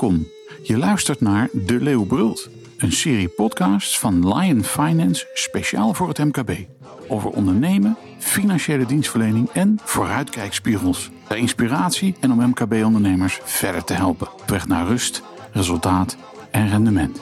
Welkom. Je luistert naar De Leeuw Brult, een serie podcasts van Lion Finance speciaal voor het MKB. Over ondernemen, financiële dienstverlening en vooruitkijkspiegels. Ter inspiratie en om MKB-ondernemers verder te helpen. Op weg naar rust, resultaat en rendement.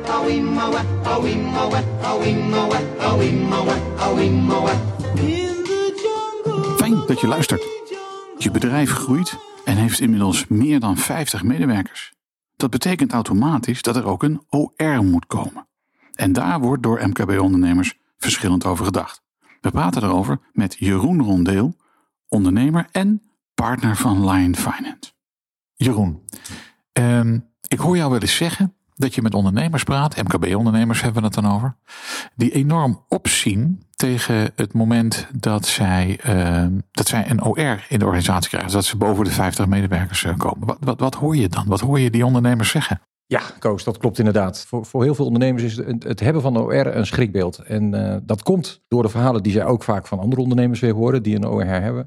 Fijn dat je luistert. Je bedrijf groeit en heeft inmiddels meer dan 50 medewerkers. Dat betekent automatisch dat er ook een OR moet komen. En daar wordt door MKB-ondernemers verschillend over gedacht. We praten erover met Jeroen Rondeel, ondernemer en partner van Lion Finance. Jeroen, ik hoor jou wel eens zeggen dat je met ondernemers praat, MKB-ondernemers hebben we het dan over, die enorm opzien tegen het moment dat zij een OR in de organisatie krijgen. Dat ze boven de 50 medewerkers komen. Wat hoor je dan? Wat hoor je die ondernemers zeggen? Ja, Koos, dat klopt inderdaad. Voor heel veel ondernemers is het hebben van een OR een schrikbeeld. En dat komt door de verhalen die zij ook vaak van andere ondernemers weer horen die een OR hebben.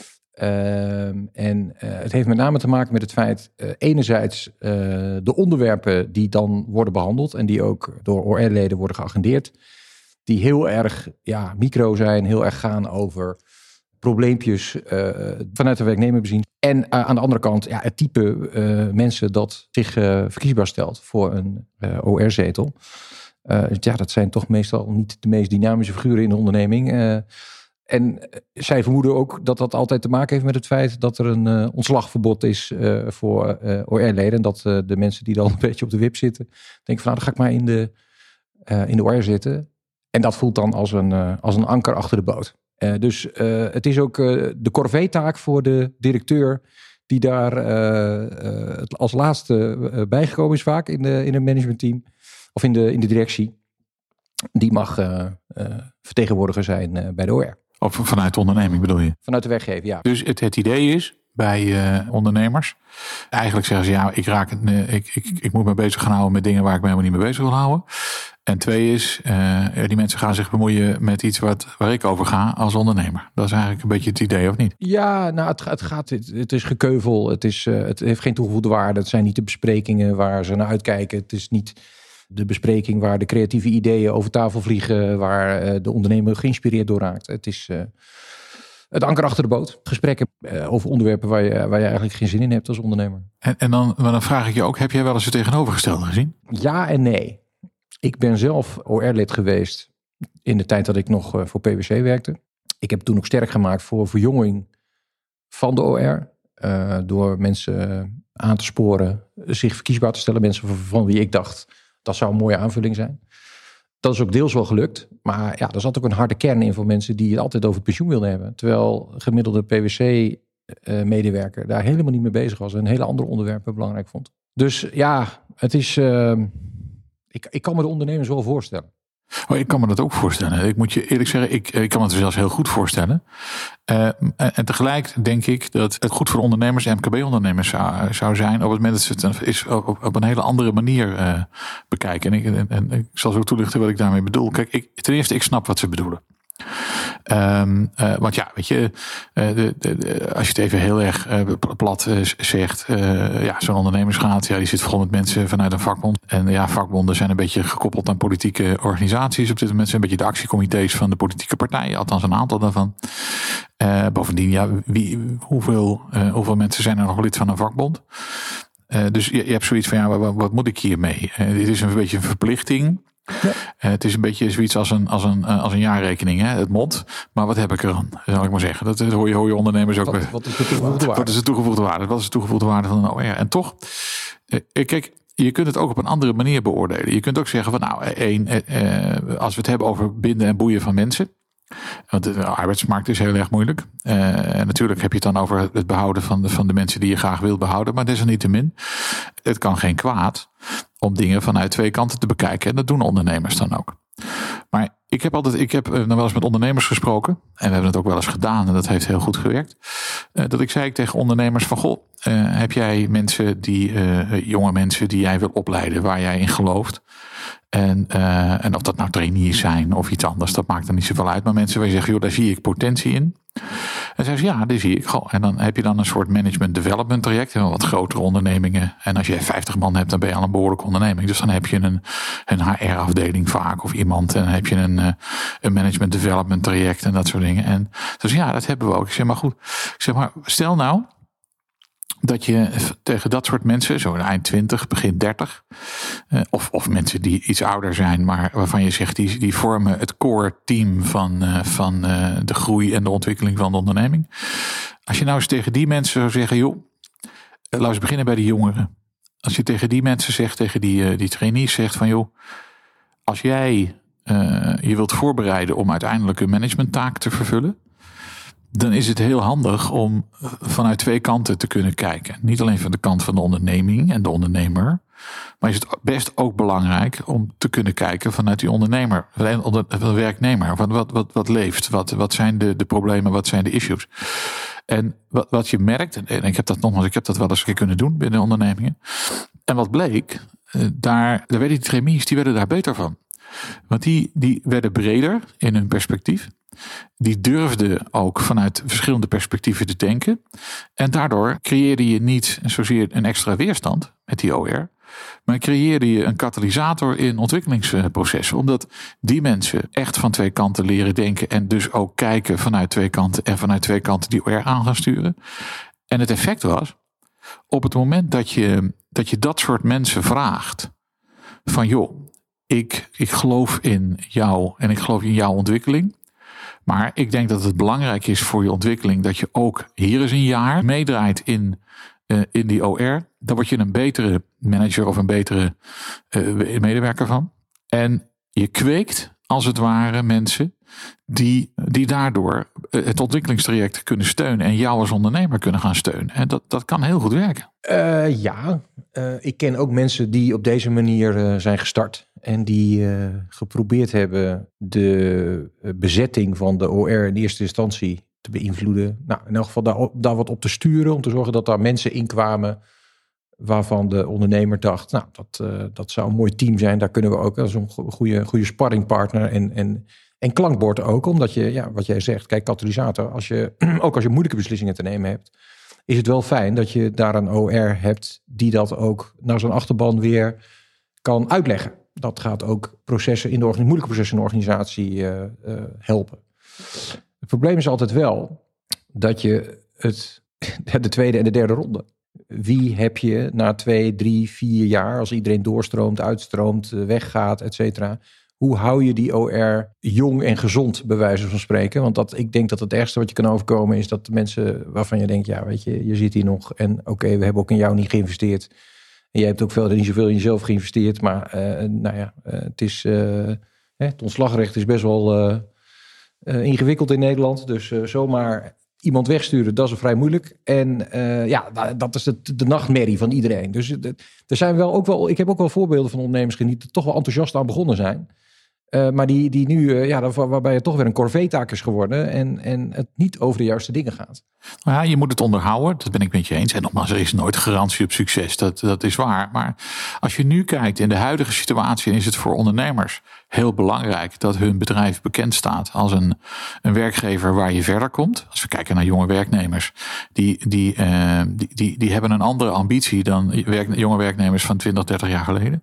Het heeft met name te maken met het feit, enerzijds de onderwerpen die dan worden behandeld en die ook door OR-leden worden geagendeerd, die heel erg micro zijn, heel erg gaan over probleempjes vanuit de werknemer bezien. En aan de andere kant het type mensen dat zich verkiesbaar stelt voor een OR-zetel. Dat zijn toch meestal niet de meest dynamische figuren in de onderneming. En zij vermoeden ook dat dat altijd te maken heeft met het feit dat er een ontslagverbod is voor OR-leden. En dat de mensen die dan een beetje op de wip zitten, denken van dan ga ik maar in de OR zitten. En dat voelt dan als een anker achter de boot. Dus het is ook de corvée-taak voor de directeur die daar als laatste bijgekomen is vaak in het managementteam of in de directie. Die mag vertegenwoordiger zijn bij de OR. Of vanuit de onderneming bedoel je? Vanuit de werkgever, ja. Dus het idee is bij ondernemers, eigenlijk zeggen ze ik moet me bezig gaan houden met dingen waar ik me helemaal niet mee bezig wil houden. En 2 is, die mensen gaan zich bemoeien met iets waar ik over ga als ondernemer. Dat is eigenlijk een beetje het idee, of niet? Ja, nou het is gekeuvel. Het heeft geen toegevoegde waarde. Het zijn niet de besprekingen waar ze naar uitkijken. Het is niet de bespreking waar de creatieve ideeën over tafel vliegen, waar de ondernemer geïnspireerd door raakt. Het is het anker achter de boot. Gesprekken over onderwerpen waar je eigenlijk geen zin in hebt als ondernemer. En dan vraag ik je ook, heb jij wel eens het tegenovergestelde gezien? Ja en nee. Ik ben zelf OR-lid geweest in de tijd dat ik nog voor PwC werkte. Ik heb toen ook sterk gemaakt voor verjonging van de OR. Door mensen aan te sporen, zich verkiesbaar te stellen. Mensen van wie ik dacht, dat zou een mooie aanvulling zijn. Dat is ook deels wel gelukt. Maar er zat ook een harde kern in voor mensen die het altijd over het pensioen wilden hebben. Terwijl gemiddelde PwC-medewerker daar helemaal niet mee bezig was. En hele andere onderwerpen belangrijk vond. Dus het is ik kan me de ondernemers wel voorstellen. Oh, ik kan me dat ook voorstellen. Ik moet je eerlijk zeggen, ik kan het zelfs heel goed voorstellen. En tegelijk denk ik dat het goed voor ondernemers en MKB-ondernemers zou zijn op het moment dat ze het op een hele andere manier bekijken. En ik zal zo toelichten wat ik daarmee bedoel. Kijk, ten eerste, ik snap wat ze bedoelen. Want weet je, als je het even heel erg plat zegt, zo'n ondernemersraad, die zit vol met mensen vanuit een vakbond. En vakbonden zijn een beetje gekoppeld aan politieke organisaties. Op dit moment zijn een beetje de actiecomité's van de politieke partijen, althans een aantal daarvan. Bovendien, hoeveel mensen zijn er nog lid van een vakbond? Dus je hebt zoiets van, wat moet ik hiermee? Dit is een beetje een verplichting. Ja. Het is een beetje zoiets als een jaarrekening, het mot. Maar wat heb ik eraan, zal ik maar zeggen. Dat hoor je ondernemers ook. Wat is de toegevoegde waarde? Wat is de toegevoegde waarde? Wat is de toegevoegde waarde van een OR? En toch, kijk, je kunt het ook op een andere manier beoordelen. Je kunt ook zeggen van als we het hebben over binden en boeien van mensen. Want de arbeidsmarkt is heel erg moeilijk. En natuurlijk heb je het dan over het behouden van de mensen die je graag wilt behouden. Maar desalniettemin, het kan geen kwaad om dingen vanuit 2 kanten te bekijken. En dat doen ondernemers dan ook. Maar ik heb nog wel eens met ondernemers gesproken. En we hebben het ook wel eens gedaan. En dat heeft heel goed gewerkt. Dat ik zei tegen ondernemers van, goh, heb jij mensen jonge mensen die jij wil opleiden, waar jij in gelooft? En of dat nou trainees zijn of iets anders, dat maakt er niet zoveel uit. Maar mensen waar je zegt, joh, daar zie ik potentie in. En zei ze, ja, die zie ik. Goh. En dan heb je dan een soort management development traject. En wat grotere ondernemingen. En als je 50 man hebt, dan ben je al een behoorlijke onderneming. Dus dan heb je een HR-afdeling vaak of iemand. En dan heb je een management development traject en dat soort dingen. En dus ja, dat hebben we ook. Ik zeg, maar goed. Ik zeg, maar stel nou dat je tegen dat soort mensen, zo eind 20, begin 30, of mensen die iets ouder zijn, maar waarvan je zegt, die vormen het core team van de groei en de ontwikkeling van de onderneming. Als je nou eens tegen die mensen zou zeggen, joh, laten we beginnen bij de jongeren. Als je tegen die mensen zegt, tegen die trainees zegt van, joh, als jij je wilt voorbereiden om uiteindelijk een managementtaak te vervullen, dan is het heel handig om vanuit twee kanten te kunnen kijken. Niet alleen van de kant van de onderneming en de ondernemer, maar is het best ook belangrijk om te kunnen kijken vanuit die ondernemer, de werknemer. Wat leeft? Wat zijn de problemen? Wat zijn de issues? En wat je merkt, en ik heb dat wel eens een keer kunnen doen binnen ondernemingen. En wat bleek, daar werden die trainees, die werden daar beter van. Want die werden breder in hun perspectief. Die durfden ook vanuit verschillende perspectieven te denken. En daardoor creëerde je niet zozeer een extra weerstand met die OR. Maar creëerde je een katalysator in ontwikkelingsprocessen. Omdat die mensen echt van twee kanten leren denken. En dus ook kijken vanuit twee kanten. En vanuit twee kanten die OR aan gaan sturen. En het effect was, op het moment dat je dat soort mensen vraagt. Van joh, ik geloof in jou en ik geloof in jouw ontwikkeling. Maar ik denk dat het belangrijk is voor je ontwikkeling dat je ook hier eens een jaar meedraait in die OR. Dan word je een betere manager of een betere medewerker van. En je kweekt als het ware mensen die daardoor het ontwikkelingstraject kunnen steunen en jou als ondernemer kunnen gaan steunen. En dat kan heel goed werken. Ik ken ook mensen die op deze manier zijn gestart. En die geprobeerd hebben de bezetting van de OR in eerste instantie te beïnvloeden. Nou, in elk geval daar wat op te sturen. Om te zorgen dat daar mensen in kwamen waarvan de ondernemer dacht, nou, dat zou een mooi team zijn. Daar kunnen we ook als een goede sparringpartner en klankbord ook. Omdat je, ja, wat jij zegt, kijk, katalysator. Ook als je moeilijke beslissingen te nemen hebt, is het wel fijn dat je daar een OR hebt die dat ook naar zo'n achterban weer kan uitleggen. Dat gaat ook moeilijke processen in de organisatie helpen. Het probleem is altijd wel dat je de tweede en de derde ronde. Wie heb je na 2, 3, 4 jaar, als iedereen doorstroomt, uitstroomt, weggaat, et cetera. Hoe hou je die OR jong en gezond, bij wijze van spreken? Want ik denk dat het ergste wat je kan overkomen is dat de mensen waarvan je denkt, ja, weet je zit hier nog en oké, we hebben ook in jou niet geïnvesteerd. En jij hebt ook niet zoveel in jezelf geïnvesteerd, maar het is het ontslagrecht is best wel ingewikkeld in Nederland. Dus zomaar iemand wegsturen, dat is vrij moeilijk. En dat is de nachtmerrie van iedereen. Dus er zijn ik heb ook wel voorbeelden van ondernemers die er toch wel enthousiast aan begonnen zijn. Maar die nu, waarbij het toch weer een corvée-taak is geworden en het niet over de juiste dingen gaat. Nou ja, je moet het onderhouden, dat ben ik met je eens. En nogmaals, er is nooit garantie op succes, dat is waar. Maar als je nu kijkt in de huidige situatie, is het voor ondernemers heel belangrijk dat hun bedrijf bekend staat als een werkgever waar je verder komt. Als we kijken naar jonge werknemers, die hebben een andere ambitie dan jonge werknemers van 20, 30 jaar geleden.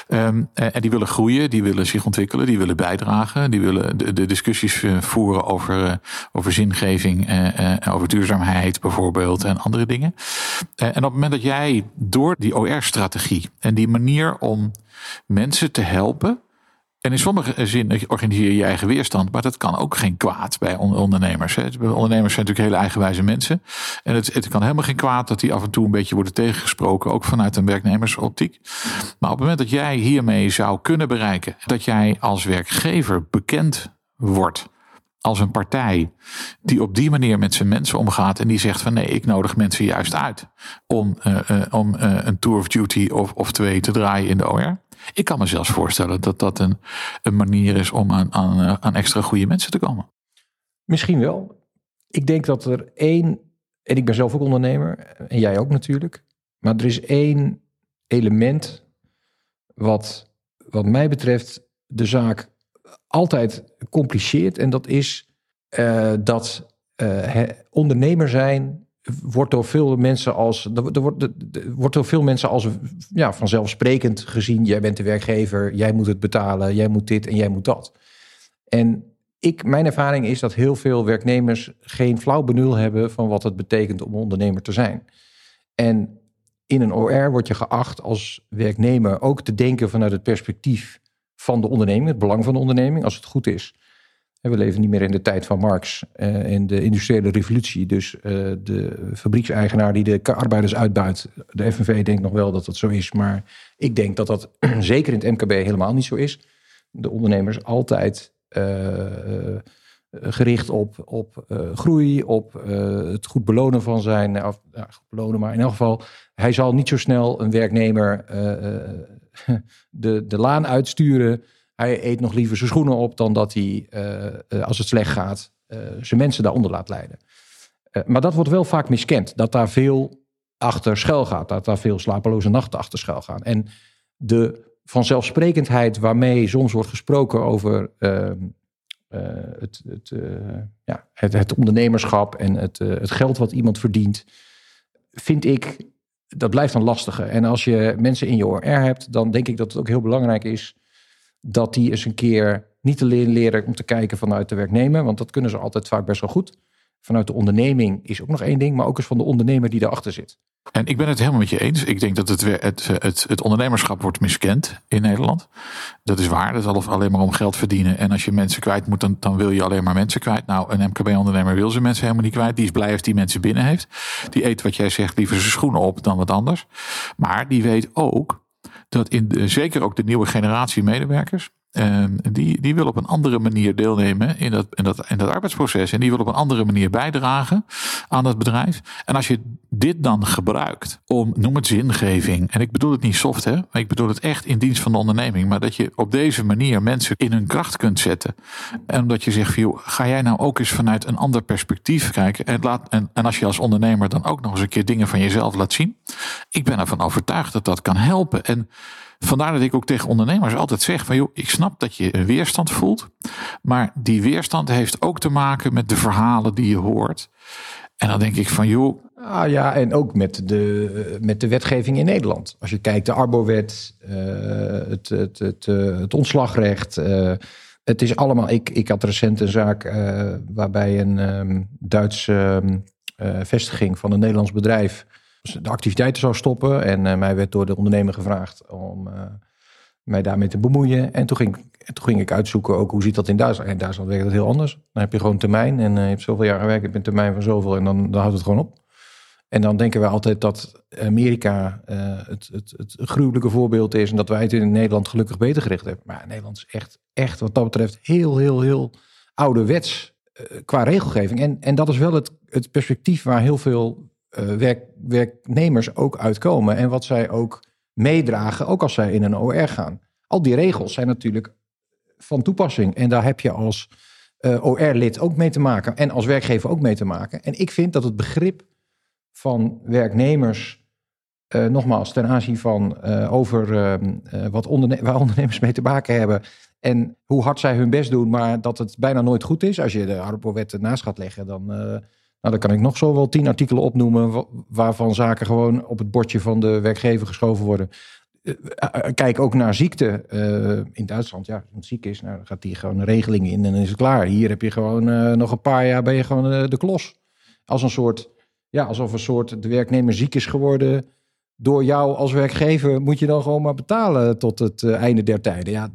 En die willen groeien, die willen zich ontwikkelen, die willen bijdragen, die willen de discussies voeren over zingeving, over duurzaamheid bijvoorbeeld en andere dingen. En op het moment dat jij door die OR-strategie en die manier om mensen te helpen, en in sommige zin organiseer je je eigen weerstand, maar dat kan ook geen kwaad bij ondernemers. Ondernemers zijn natuurlijk hele eigenwijze mensen. En het kan helemaal geen kwaad dat die af en toe een beetje worden tegengesproken, ook vanuit een werknemersoptiek. Maar op het moment dat jij hiermee zou kunnen bereiken dat jij als werkgever bekend wordt als een partij die op die manier met zijn mensen omgaat en die zegt van nee, ik nodig mensen juist uit om een tour of duty of 2 te draaien in de OR. Ik kan me zelfs voorstellen dat een manier is om aan extra goede mensen te komen. Misschien wel. Ik denk dat er en ik ben zelf ook ondernemer en jij ook natuurlijk, maar er is 1 element wat mij betreft de zaak altijd compliceert. En dat is dat ondernemer zijn wordt door veel mensen als vanzelfsprekend gezien. Jij bent de werkgever, jij moet het betalen, jij moet dit en jij moet dat. En mijn ervaring is dat heel veel werknemers geen flauw benul hebben van wat het betekent om ondernemer te zijn. En in een OR word je geacht als werknemer ook te denken vanuit het perspectief van de onderneming, het belang van de onderneming, als het goed is. We leven niet meer in de tijd van Marx en de industriële revolutie. Dus de fabriekseigenaar die de arbeiders uitbuit. De FNV denkt nog wel dat dat zo is. Maar ik denk dat dat zeker in het MKB helemaal niet zo is. De ondernemer is altijd gericht op groei, op het goed belonen van zijn... goed belonen, maar in elk geval... hij zal niet zo snel een werknemer de laan uitsturen... Hij eet nog liever zijn schoenen op dan dat hij, als het slecht gaat, zijn mensen daaronder laat leiden. Maar dat wordt wel vaak miskend. Dat daar veel achter schuil gaat. Dat daar veel slapeloze nachten achter schuil gaan. En de vanzelfsprekendheid waarmee soms wordt gesproken over het ondernemerschap en het geld wat iemand verdient, vind ik, dat blijft een lastige. En als je mensen in je OR hebt, dan denk ik dat het ook heel belangrijk is dat die eens een keer niet alleen leren om te kijken vanuit de werknemer, want dat kunnen ze altijd vaak best wel goed. Vanuit de onderneming is ook nog één ding, maar ook eens van de ondernemer die daarachter zit. En ik ben het helemaal met je eens. Ik denk dat het ondernemerschap wordt miskend in Nederland. Dat is waar. Dat is alleen maar om geld verdienen. En als je mensen kwijt moet, dan wil je alleen maar mensen kwijt. Nou, een MKB-ondernemer wil zijn mensen helemaal niet kwijt. Die is blij als die mensen binnen heeft. Die eet wat jij zegt liever zijn schoenen op dan wat anders. Maar die weet ook dat zeker ook de nieuwe generatie medewerkers, die wil op een andere manier deelnemen in dat arbeidsproces. En die wil op een andere manier bijdragen aan het bedrijf. En als je dit dan gebruikt om, noem het zingeving. En ik bedoel het niet soft, hè, maar ik bedoel het echt in dienst van de onderneming. Maar dat je op deze manier mensen in hun kracht kunt zetten. En omdat je zegt, joh, ga jij nou ook eens vanuit een ander perspectief kijken. En als je als ondernemer dan ook nog eens een keer dingen van jezelf laat zien. Ik ben ervan overtuigd dat dat kan helpen. En vandaar dat ik ook tegen ondernemers altijd zeg van, joh, ik snap dat je een weerstand voelt. Maar die weerstand heeft ook te maken met de verhalen die je hoort. En dan denk ik van, joh. Ja, en ook met de wetgeving in Nederland. Als je kijkt, de Arbowet, het ontslagrecht. Het is allemaal. Ik had recent een zaak waarbij een Duitse vestiging van een Nederlands bedrijf de activiteiten zou stoppen. En mij werd door de ondernemer gevraagd om mij daarmee te bemoeien. En toen ging ik uitzoeken ook hoe ziet dat in Duitsland. En in Duitsland werkt het heel anders. Dan heb je gewoon termijn en je hebt zoveel jaar gewerkt. Je hebt een termijn van zoveel en dan houdt het gewoon op. En dan denken we altijd dat Amerika het gruwelijke voorbeeld is en dat wij het in Nederland gelukkig beter gericht hebben. Maar Nederland is echt wat dat betreft heel ouderwets qua regelgeving. En dat is wel het perspectief waar heel veel werknemers ook uitkomen. En wat zij ook meedragen, ook als zij in een OR gaan. Al die regels zijn natuurlijk van toepassing. En daar heb je als OR-lid ook mee te maken. En als werkgever ook mee te maken. En ik vind dat het begrip van werknemers, nogmaals, ten aanzien van waar ondernemers mee te maken hebben en hoe hard zij hun best doen, maar dat het bijna nooit goed is. Als je de Arbowet naast gaat leggen, dan kan ik nog zo wel 10 artikelen opnoemen waarvan zaken gewoon op het bordje van de werkgever geschoven worden. Kijk ook naar ziekte. In Duitsland, ja, als iemand ziek is, nou, dan gaat die gewoon een regeling in en dan is het klaar. Hier heb je gewoon nog een paar jaar ben je gewoon de klos. Als een soort, ja, alsof een soort de werknemer ziek is geworden door jou als werkgever, moet je dan gewoon maar betalen tot het einde der tijden. Ja,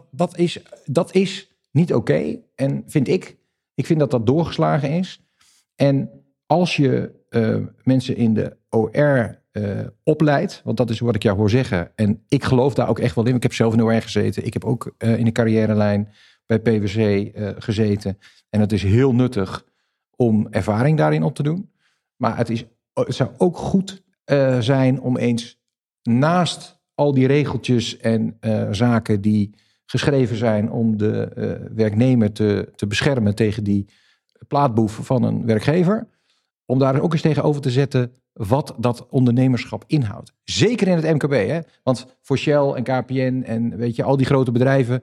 dat is niet oké. En ik vind dat doorgeslagen is. En als je mensen in de OR opleidt, want dat is wat ik jou hoor zeggen. En ik geloof daar ook echt wel in. Ik heb zelf in de OR gezeten. Ik heb ook in de carrièrelijn bij PwC gezeten. En het is heel nuttig om ervaring daarin op te doen. Maar het zou ook goed zijn om eens naast al die regeltjes en zaken die geschreven zijn om de werknemer te beschermen tegen die plaatboef van een werkgever, om daar ook eens tegenover te zetten wat dat ondernemerschap inhoudt. Zeker in het MKB, hè? Want voor Shell en KPN en weet je, al die grote bedrijven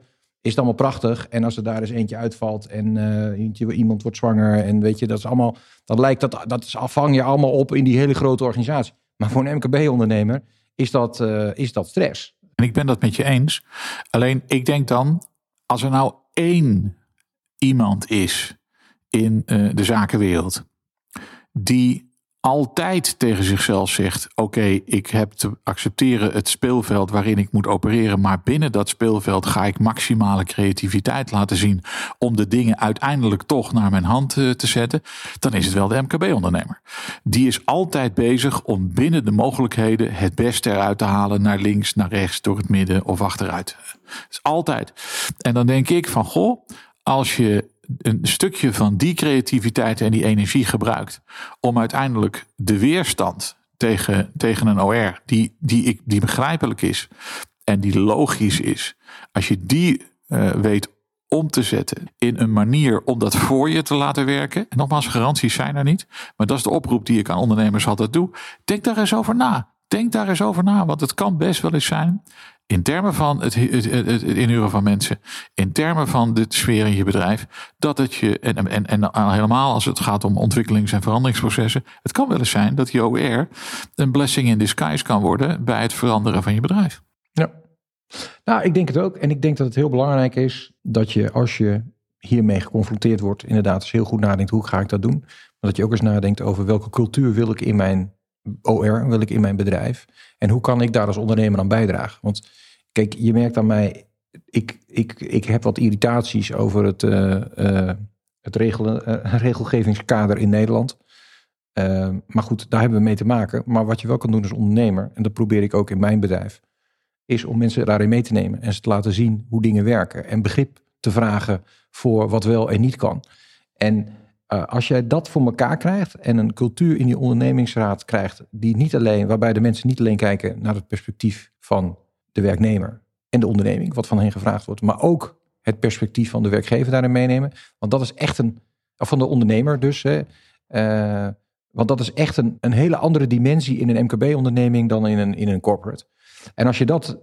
is het allemaal prachtig. En als er daar eens eentje uitvalt en iemand wordt zwanger en weet je, dat is allemaal, dan lijkt dat vang je allemaal op in die hele grote organisatie. Maar voor een MKB-ondernemer is dat stress. En ik ben dat met je eens. Alleen ik denk dan, als er nou één iemand is in de zakenwereld die altijd tegen zichzelf zegt, oké, ik heb te accepteren het speelveld waarin ik moet opereren, maar binnen dat speelveld ga ik maximale creativiteit laten zien om de dingen uiteindelijk toch naar mijn hand te zetten, dan is het wel de MKB-ondernemer. Die is altijd bezig om binnen de mogelijkheden het beste eruit te halen, naar links, naar rechts, door het midden of achteruit. Dat is altijd. En dan denk ik van, goh, als je een stukje van die creativiteit en die energie gebruikt om uiteindelijk de weerstand tegen een OR die begrijpelijk is en die logisch is, als je die weet om te zetten in een manier om dat voor je te laten werken. En nogmaals, garanties zijn er niet, maar dat is de oproep die ik aan ondernemers altijd doe. Denk daar eens over na. Denk daar eens over na, want het kan best wel eens zijn, in termen van het inhuren van mensen, in termen van de sfeer in je bedrijf, dat het je, en helemaal als het gaat om ontwikkelings- en veranderingsprocessen, het kan wel eens zijn dat je OR een blessing in disguise kan worden bij het veranderen van je bedrijf. Ja, nou, ik denk het ook. En ik denk dat het heel belangrijk is dat je, als je hiermee geconfronteerd wordt, inderdaad eens heel goed nadenkt, hoe ga ik dat doen? Maar dat je ook eens nadenkt over welke cultuur wil ik in mijn OR, wil ik in mijn bedrijf? En hoe kan ik daar als ondernemer aan bijdragen? Want kijk, je merkt aan mij, ik heb wat irritaties over het regelgevingskader in Nederland. Maar goed, daar hebben we mee te maken. Maar wat je wel kan doen als ondernemer, en dat probeer ik ook in mijn bedrijf, is om mensen daarin mee te nemen en ze te laten zien hoe dingen werken. En begrip te vragen voor wat wel en niet kan. En als jij dat voor elkaar krijgt en een cultuur in die ondernemingsraad krijgt, waarbij de mensen niet alleen kijken naar het perspectief van de werknemer en de onderneming, wat van hen gevraagd wordt, maar ook het perspectief van de werkgever daarin meenemen. Want dat is echt van de ondernemer dus. Want dat is echt een hele andere dimensie in een MKB-onderneming dan in een corporate. En als je dat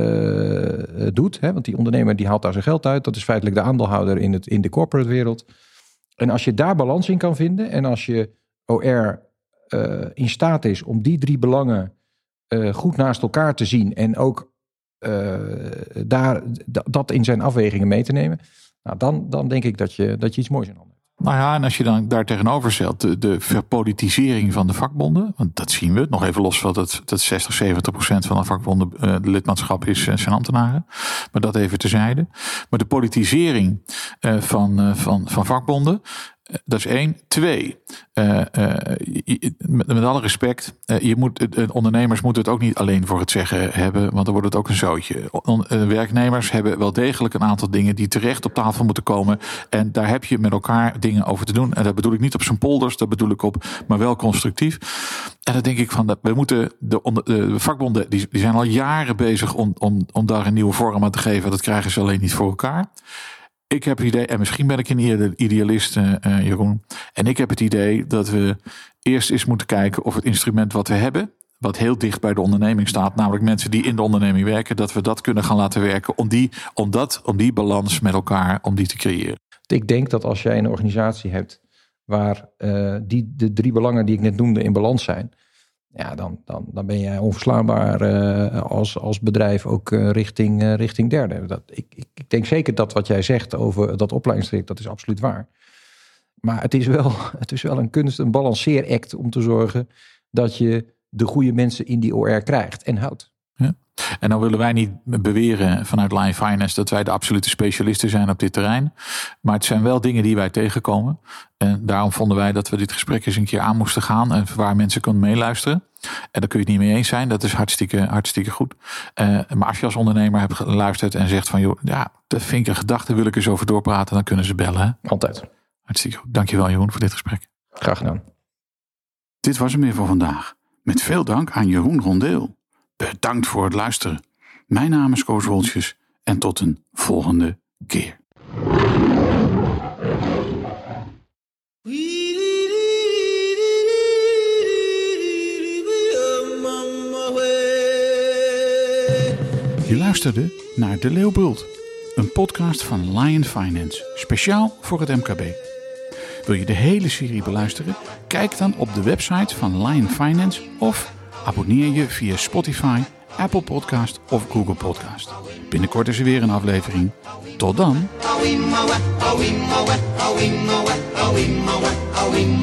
doet, want die ondernemer die haalt daar zijn geld uit, dat is feitelijk de aandeelhouder in de corporate wereld. En als je daar balans in kan vinden en als je OR in staat is om die drie belangen goed naast elkaar te zien en ook dat in zijn afwegingen mee te nemen, nou, dan denk ik dat je iets moois in handen hebt. Nou ja, en als je dan daar tegenover stelt de verpolitisering van de vakbonden, want dat zien we, nog even los van dat 60-70% van de vakbonden lidmaatschap is zijn ambtenaren, maar dat even terzijde. Maar de politisering van vakbonden, dat is 1. 2, met alle respect, ondernemers moeten het ook niet alleen voor het zeggen hebben, want dan wordt het ook een zootje. Werknemers hebben wel degelijk een aantal dingen die terecht op tafel moeten komen. En daar heb je met elkaar dingen over te doen. En dat bedoel ik niet op zijn polders, dat bedoel ik maar wel constructief. En dan denk ik van, we moeten de vakbonden, die zijn al jaren bezig om daar een nieuwe vorm aan te geven. Dat krijgen ze alleen niet voor elkaar. Ik heb het idee, en misschien ben ik een idealist, Jeroen. En ik heb het idee dat we eerst eens moeten kijken of het instrument wat we hebben, wat heel dicht bij de onderneming staat, namelijk mensen die in de onderneming werken, dat we dat kunnen gaan laten werken om die balans met elkaar, om die te creëren. Ik denk dat als jij een organisatie hebt waar de drie belangen die ik net noemde in balans zijn, ja, dan ben jij onverslaanbaar als bedrijf ook richting derde. Ik denk zeker dat wat jij zegt over dat opleidingstraject, dat is absoluut waar. Maar het is wel een kunst, een balanceeract om te zorgen dat je de goede mensen in die OR krijgt en houdt. Ja. En dan willen wij niet beweren vanuit Lion Finance dat wij de absolute specialisten zijn op dit terrein. Maar het zijn wel dingen die wij tegenkomen. En daarom vonden wij dat we dit gesprek eens een keer aan moesten gaan. En waar mensen kunnen meeluisteren. En daar kun je het niet mee eens zijn. Dat is hartstikke goed. Maar als je als ondernemer hebt geluisterd en zegt van, joh, ja, dat vind ik een gedachte, wil ik eens over doorpraten, dan kunnen ze bellen. Hè? Altijd. Hartstikke goed. Dankjewel, Jeroen, voor dit gesprek. Graag gedaan. Dit was hem weer voor vandaag. Met veel dank aan Jeroen Rondeel. Bedankt voor het luisteren. Mijn naam is Koos Woltjes en tot een volgende keer. Je luisterde naar De Leeuwbult, een podcast van Lion Finance, speciaal voor het MKB. Wil je de hele serie beluisteren? Kijk dan op de website van Lion Finance of abonneer je via Spotify, Apple Podcast of Google Podcast. Binnenkort is er weer een aflevering. Tot dan!